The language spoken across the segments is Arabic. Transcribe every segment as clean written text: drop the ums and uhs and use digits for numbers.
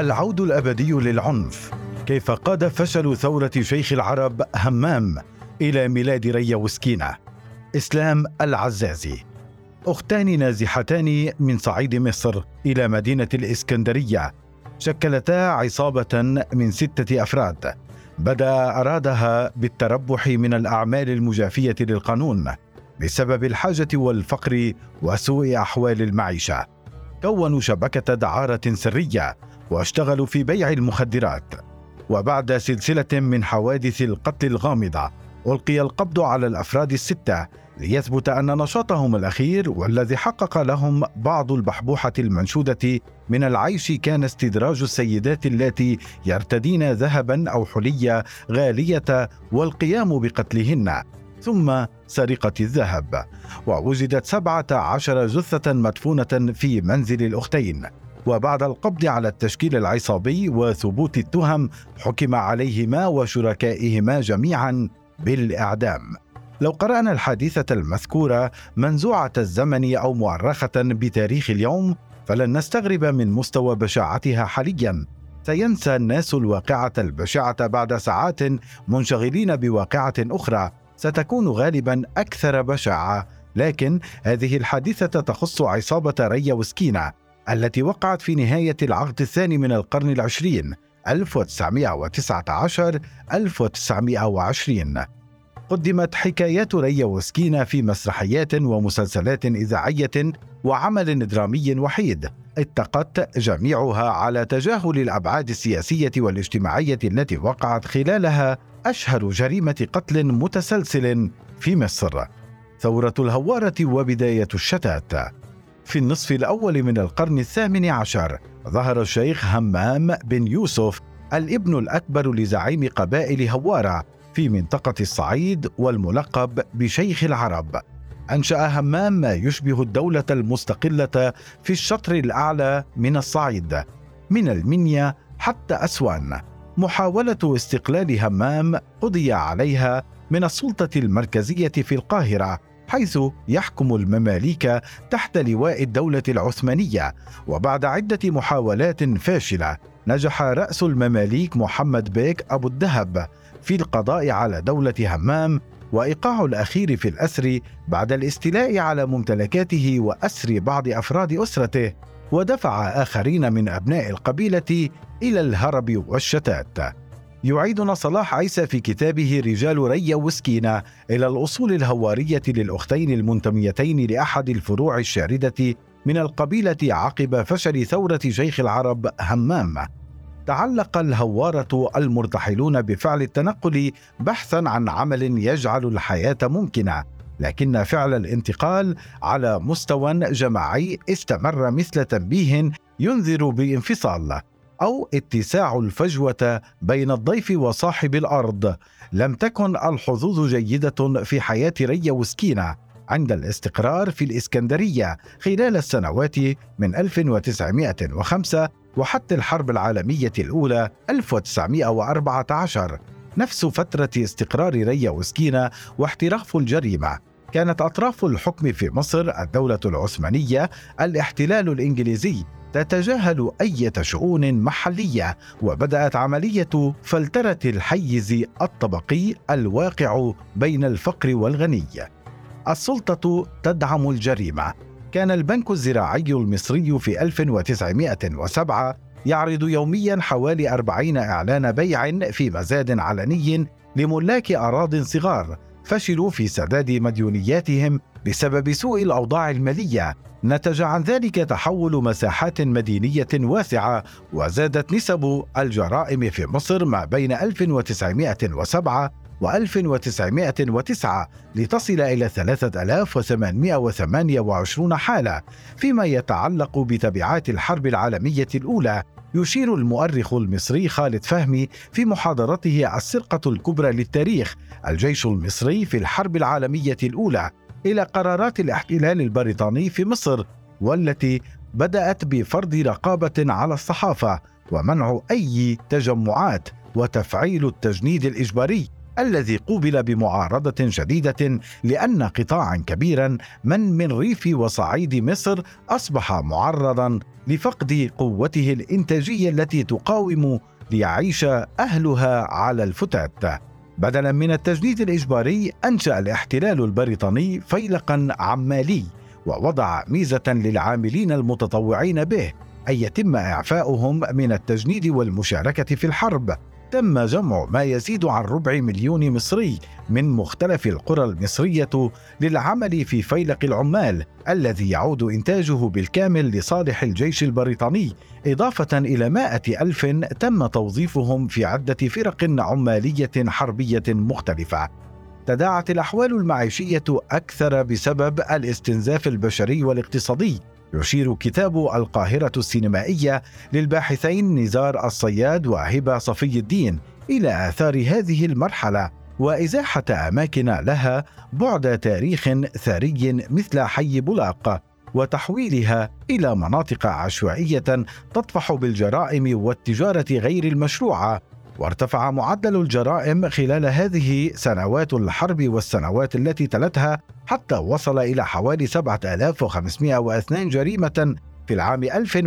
العود الأبدي للعنف، كيف قاد فشل ثورة شيخ العرب همام إلى ميلاد ريا وسكينة. إسلام العزازي. أختان نازحتان من صعيد مصر إلى مدينة الإسكندرية شكلتا عصابة من 6 أفراد أرادها بالتربح من الأعمال المجافية للقانون بسبب الحاجة والفقر وسوء أحوال المعيشة. كونوا شبكة دعارة سرية واشتغلوا في بيع المخدرات، وبعد سلسلة من حوادث القتل الغامضة ألقي القبض على الأفراد ال6 ليثبت أن نشاطهم الأخير والذي حقق لهم بعض البحبوحة المنشودة من العيش كان استدراج السيدات اللاتي يرتدين ذهبا أو حلية غالية والقيام بقتلهن ثم سرقة الذهب. ووجدت 17 جثة مدفونة في منزل الأختين. وبعد القبض على التشكيل العصابي وثبوت التهم حكم عليهما وشركائهما جميعا بالإعدام. لو قرأنا الحادثة المذكورة منزوعة الزمن أو مؤرخة بتاريخ اليوم فلن نستغرب من مستوى بشاعتها حاليا. سينسى الناس الواقعة البشعة بعد ساعات منشغلين بواقعة أخرى ستكون غالبا أكثر بشاعة، لكن هذه الحادثة تخص عصابة ريا وسكينة التي وقعت في نهاية العقد الثاني من القرن العشرين 1919-1920. قدمت حكايات ريا وسكينة في مسرحيات ومسلسلات إذاعية وعمل درامي وحيد اتقت جميعها على تجاهل الأبعاد السياسية والاجتماعية التي وقعت خلالها أشهر جريمة قتل متسلسل في مصر، ثورة الهوارة وبداية الشتات. في النصف الأول من القرن الثامن عشر ظهر الشيخ همام بن يوسف الابن الأكبر لزعيم قبائل هوارة في منطقة الصعيد والملقب بشيخ العرب. أنشأ همام ما يشبه الدولة المستقلة في الشطر الأعلى من الصعيد من المنيا حتى أسوان. محاولة استقلال همام قضي عليها من السلطة المركزية في القاهرة، حيث يحكم المماليك تحت لواء الدولة العثمانية. وبعد عدة محاولات فاشلة نجح رأس المماليك محمد بيك أبو الدهب في القضاء على دولة همام وإيقاع الأخير في الأسر بعد الاستيلاء على ممتلكاته وأسر بعض أفراد أسرته، ودفع آخرين من أبناء القبيلة إلى الهرب والشتات. يعيدنا صلاح عيسى في كتابه رجال ريا وسكينة إلى الأصول الهوارية للأختين المنتميتين لأحد الفروع الشاردة من القبيلة عقب فشل ثورة شيخ العرب همام. تعلق الهوارة المرتحلون بفعل التنقل بحثا عن عمل يجعل الحياة ممكنة، لكن فعل الانتقال على مستوى جماعي استمر مثل تنبيه ينذر بانفصال أو اتساع الفجوة بين الضيف وصاحب الأرض. لم تكن الحظوظ جيدة في حياة ريا وسكينة عند الاستقرار في الإسكندرية خلال السنوات من 1905 وحتى الحرب العالمية الأولى 1914، نفس فترة استقرار ريا وسكينة واحتراف الجريمة. كانت أطراف الحكم في مصر الدولة العثمانية، الاحتلال الإنجليزي، تتجاهل أي شؤون محلية، وبدأت عملية فلترة الحيز الطبقي الواقع بين الفقر والغني. السلطة تدعم الجريمة. كان البنك الزراعي المصري في 1907 يعرض يوميا حوالي 40 إعلان بيع في مزاد علني لملاك أراضٍ صغار فشلوا في سداد مديونياتهم بسبب سوء الأوضاع المالية. نتج عن ذلك تحول مساحات مدينية واسعة، وزادت نسب الجرائم في مصر ما بين 1907 و1909 لتصل إلى 3828 حالة. فيما يتعلق بتبعات الحرب العالمية الأولى، يشير المؤرخ المصري خالد فهمي في محاضرته السرقة الكبرى للتاريخ الجيش المصري في الحرب العالمية الأولى إلى قرارات الاحتلال البريطاني في مصر، والتي بدأت بفرض رقابة على الصحافة ومنع أي تجمعات وتفعيل التجنيد الإجباري الذي قوبل بمعارضة شديدة لأن قطاعا كبيرا من ريف وصعيد مصر أصبح معرضا لفقد قوته الإنتاجية التي تقاوم ليعيش أهلها على الفتات. بدلا من التجنيد الإجباري، أنشأ الاحتلال البريطاني فيلقا عمالي، ووضع ميزة للعاملين المتطوعين به أن يتم إعفاؤهم من التجنيد والمشاركة في الحرب. تم جمع ما يزيد عن 250,000 مصري من مختلف القرى المصرية للعمل في فيلق العمال الذي يعود إنتاجه بالكامل لصالح الجيش البريطاني، إضافة إلى 100,000 تم توظيفهم في عدة فرق عمالية حربية مختلفة. تداعت الأحوال المعيشية أكثر بسبب الاستنزاف البشري والاقتصادي. يشير كتاب القاهرة السينمائية للباحثين نزار الصياد وهبة صفي الدين إلى آثار هذه المرحلة وإزاحة أماكن لها بعد تاريخ ثري مثل حي بولاق، وتحويلها إلى مناطق عشوائية تطفح بالجرائم والتجارة غير المشروعة. وارتفع معدل الجرائم خلال هذه سنوات الحرب والسنوات التي تلتها حتى وصل إلى حوالي 7,502 جريمة في العام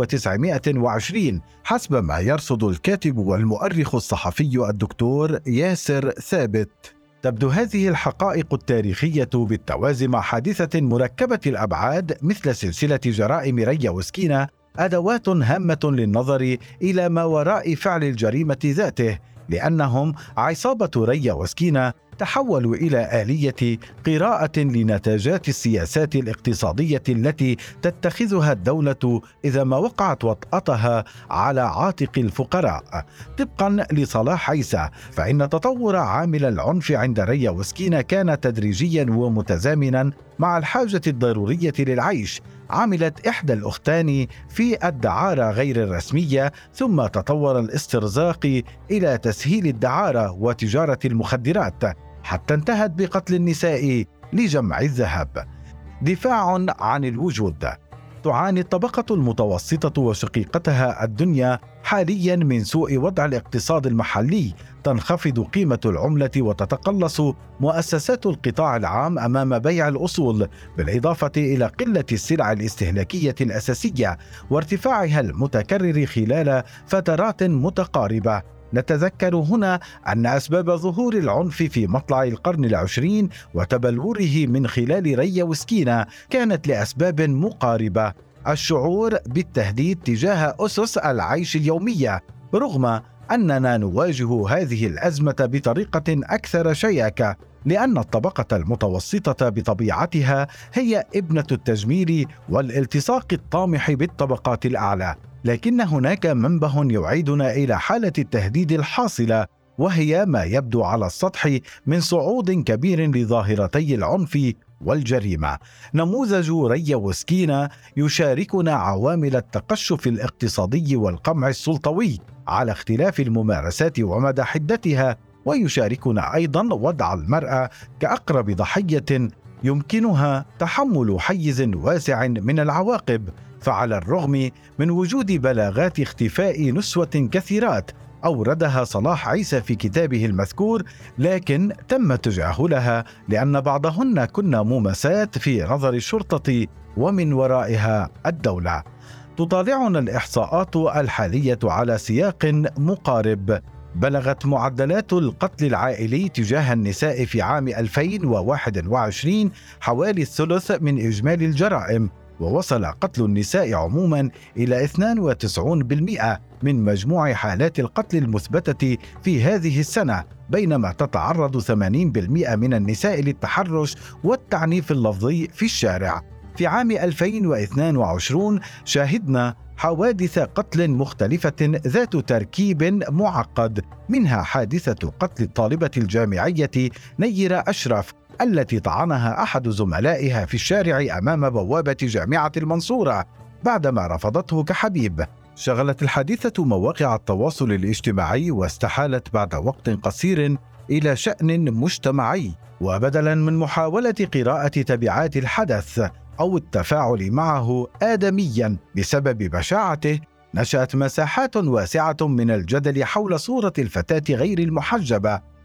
1920 حسب ما يرصد الكاتب والمؤرخ الصحفي الدكتور ياسر ثابت. تبدو هذه الحقائق التاريخية بالتوازي مع حادثة مركبة الأبعاد مثل سلسلة جرائم ريا وسكينة أدوات هامة للنظر إلى ما وراء فعل الجريمة ذاته، لأنهم عصابة ريا وسكينة تحولوا إلى آلية قراءة لنتاجات السياسات الاقتصادية التي تتخذها الدولة إذا ما وقعت وطأتها على عاتق الفقراء. طبقا لصلاح عيسى، فإن تطور عامل العنف عند ريا وسكينة كان تدريجيا ومتزامنا مع الحاجة الضرورية للعيش. عملت إحدى الأختان في الدعارة غير الرسمية، ثم تطور الاسترزاق إلى تسهيل الدعارة وتجارة المخدرات، حتى انتهت بقتل النساء لجمع الذهب. دفاع عن الوجود. تعاني الطبقة المتوسطة وشقيقتها الدنيا حاليا من سوء وضع الاقتصاد المحلي. تنخفض قيمة العملة وتتقلص مؤسسات القطاع العام أمام بيع الأصول، بالإضافة إلى قلة السلع الاستهلاكية الأساسية وارتفاعها المتكرر خلال فترات متقاربة. نتذكر هنا أن أسباب ظهور العنف في مطلع القرن العشرين وتبلوره من خلال ريا وسكينة كانت لأسباب مقاربة: الشعور بالتهديد تجاه أسس العيش اليومية، رغم أننا نواجه هذه الأزمة بطريقة أكثر شياكة، لأن الطبقة المتوسطة بطبيعتها هي ابنة التجميل والالتصاق الطامح بالطبقات الأعلى. لكن هناك منبه يعيدنا إلى حالة التهديد الحاصلة، وهي ما يبدو على السطح من صعود كبير لظاهرتي العنف والجريمة. نموذج ريا وسكينة يشاركنا عوامل التقشف الاقتصادي والقمع السلطوي على اختلاف الممارسات ومدى حدتها، ويشاركنا أيضا وضع المرأة كأقرب ضحية يمكنها تحمل حيز واسع من العواقب. فعلى الرغم من وجود بلاغات اختفاء نسوة كثيرات أوردها صلاح عيسى في كتابه المذكور، لكن تم تجاهلها لأن بعضهن كن مماسات في نظر الشرطة ومن ورائها الدولة. تطالعنا الإحصاءات الحالية على سياق مقارب. بلغت معدلات القتل العائلي تجاه النساء في عام 2021 حوالي الثلث من إجمالي الجرائم، ووصل قتل النساء عموما إلى 92% من مجموع حالات القتل المثبتة في هذه السنة، بينما تتعرض 80% من النساء للتحرش والتعنيف اللفظي في الشارع. في عام 2022 شاهدنا حوادث قتل مختلفة ذات تركيب معقد، منها حادثة قتل الطالبة الجامعية نيرة أشرف التي طعنها أحد زملائها في الشارع أمام بوابة جامعة المنصورة بعدما رفضته كحبيب. شغلت الحادثة مواقع التواصل الاجتماعي واستحالت بعد وقت قصير إلى شأن مجتمعي، وبدلا من محاولة قراءة تبعات الحدث أو التفاعل معه آدميا بسبب بشاعته، نشأت مساحات واسعة من الجدل حول صورة الفتاة غير المحجبة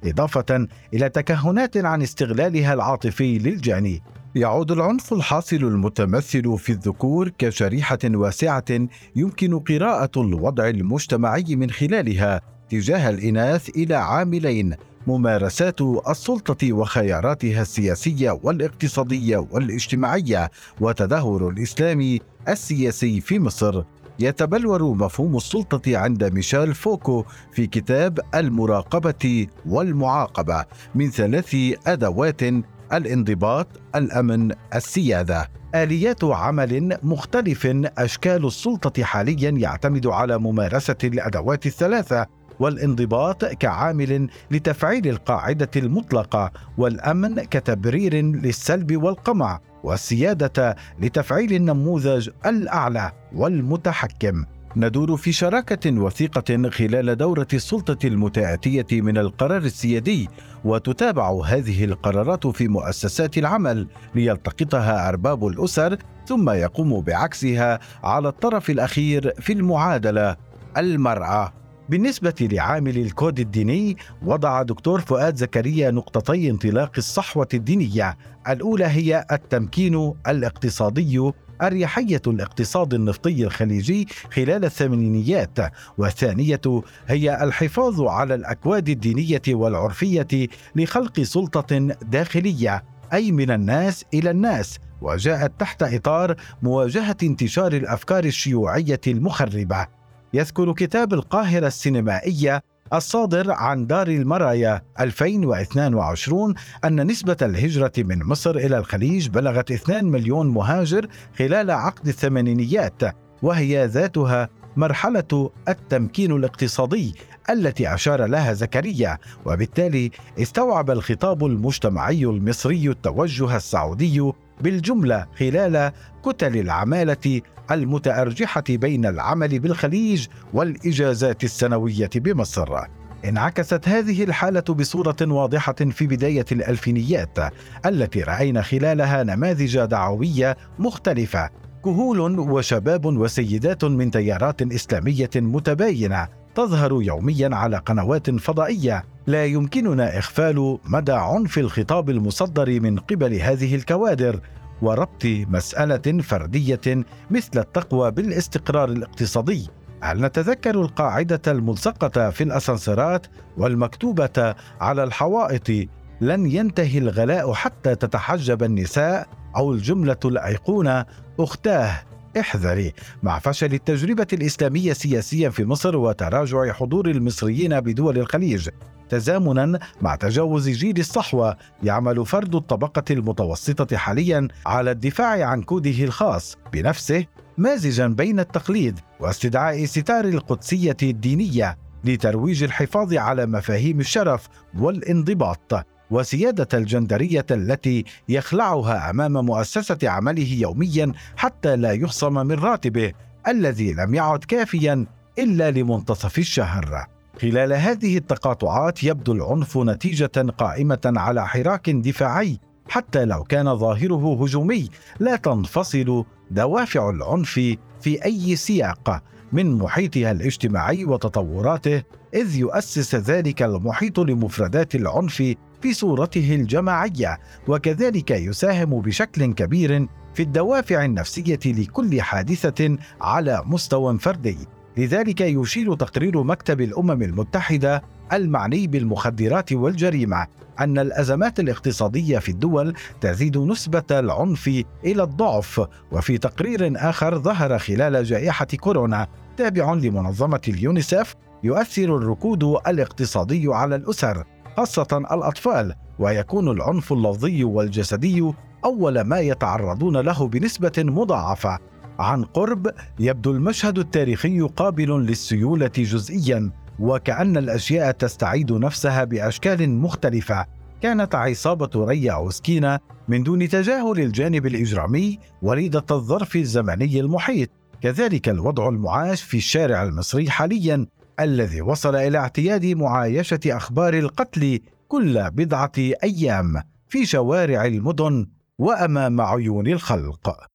إضافة إلى تكهنات عن استغلالها العاطفي للجاني. يعود العنف الحاصل المتمثل في الذكور كشريحة واسعة يمكن قراءة الوضع المجتمعي من خلالها تجاه الإناث إلى عاملين: ممارسات السلطة وخياراتها السياسية والاقتصادية والاجتماعية، وتدهور الإسلام السياسي في مصر. يتبلور مفهوم السلطة عند ميشيل فوكو في كتاب المراقبة والمعاقبة من 3 أدوات: الانضباط، الأمن، السيادة. آليات عمل مختلف أشكال السلطة حاليا يعتمد على ممارسة الأدوات ال3: والانضباط كعامل لتفعيل القاعدة المطلقة، والأمن كتبرير للسلب والقمع، والسيادة لتفعيل النموذج الأعلى والمتحكم. ندور في شراكة وثيقة خلال دورة السلطة المتآتية من القرار السيادي، وتتابع هذه القرارات في مؤسسات العمل ليلتقطها أرباب الأسر، ثم يقوم بعكسها على الطرف الأخير في المعادلة: المرأة. بالنسبة لعامل الكود الديني، وضع دكتور فؤاد زكريا نقطتي انطلاق الصحوة الدينية. الأولى هي التمكين الاقتصادي، أريحية الاقتصاد النفطي الخليجي خلال الثمانينيات، والثانية هي الحفاظ على الأكواد الدينية والعرفية لخلق سلطة داخلية، أي من الناس إلى الناس، وجاءت تحت إطار مواجهة انتشار الأفكار الشيوعية المخربة. يذكر كتاب القاهرة السينمائية الصادر عن دار المرايا 2022 أن نسبة الهجرة من مصر إلى الخليج بلغت 2 مليون مهاجر خلال عقد الثمانينيات، وهي ذاتها مرحلة التمكين الاقتصادي التي أشار لها زكريا. وبالتالي استوعب الخطاب المجتمعي المصري التوجه السعودي بالجملة خلال كتل العمالة المتأرجحة بين العمل بالخليج والإجازات السنوية بمصر. انعكست هذه الحالة بصورة واضحة في بداية الألفينيات، التي رأينا خلالها نماذج دعوية مختلفة: كهول وشباب وسيدات من تيارات إسلامية متباينة تظهر يوميا على قنوات فضائية. لا يمكننا إغفال مدى عنف الخطاب المصدر من قبل هذه الكوادر، وربط مسألة فردية مثل التقوى بالاستقرار الاقتصادي. هل نتذكر القاعدة الملصقة في الأسانسيرات والمكتوبة على الحوائط: لن ينتهي الغلاء حتى تتحجب النساء، أو الجملة الأيقونة: أختاه احذري؟ مع فشل التجربة الإسلامية سياسيا في مصر وتراجع حضور المصريين بدول الخليج، تزامنا مع تجاوز جيل الصحوة، يعمل فرد الطبقة المتوسطة حاليا على الدفاع عن كوده الخاص بنفسه، مازجا بين التقليد واستدعاء ستار القدسية الدينية لترويج الحفاظ على مفاهيم الشرف والانضباط، وسيادة الجندرية التي يخلعها أمام مؤسسة عمله يوميا حتى لا يخصم من راتبه الذي لم يعد كافيا إلا لمنتصف الشهر. خلال هذه التقاطعات يبدو العنف نتيجة قائمة على حراك دفاعي، حتى لو كان ظاهره هجومي. لا تنفصل دوافع العنف في أي سياق من محيطها الاجتماعي وتطوراته، إذ يؤسس ذلك المحيط لمفردات العنف في صورته الجماعية، وكذلك يساهم بشكل كبير في الدوافع النفسية لكل حادثة على مستوى فردي. لذلك يشير تقرير مكتب الأمم المتحدة المعني بالمخدرات والجريمة أن الأزمات الاقتصادية في الدول تزيد نسبة العنف إلى الضعف. وفي تقرير آخر ظهر خلال جائحة كورونا تابع لمنظمة اليونيسف، يؤثر الركود الاقتصادي على الأسر خاصة الأطفال، ويكون العنف اللفظي والجسدي أول ما يتعرضون له بنسبة مضاعفة. عن قرب يبدو المشهد التاريخي قابل للسيولة جزئيا، وكأن الأشياء تستعيد نفسها بأشكال مختلفة. كانت عصابة ريا أوسكينا من دون تجاهل الجانب الإجرامي وليدة الظرف الزمني المحيط. كذلك الوضع المعاش في الشارع المصري حاليا، الذي وصل إلى اعتياد معايشة أخبار القتل كل بضعة أيام في شوارع المدن وأمام عيون الخلق.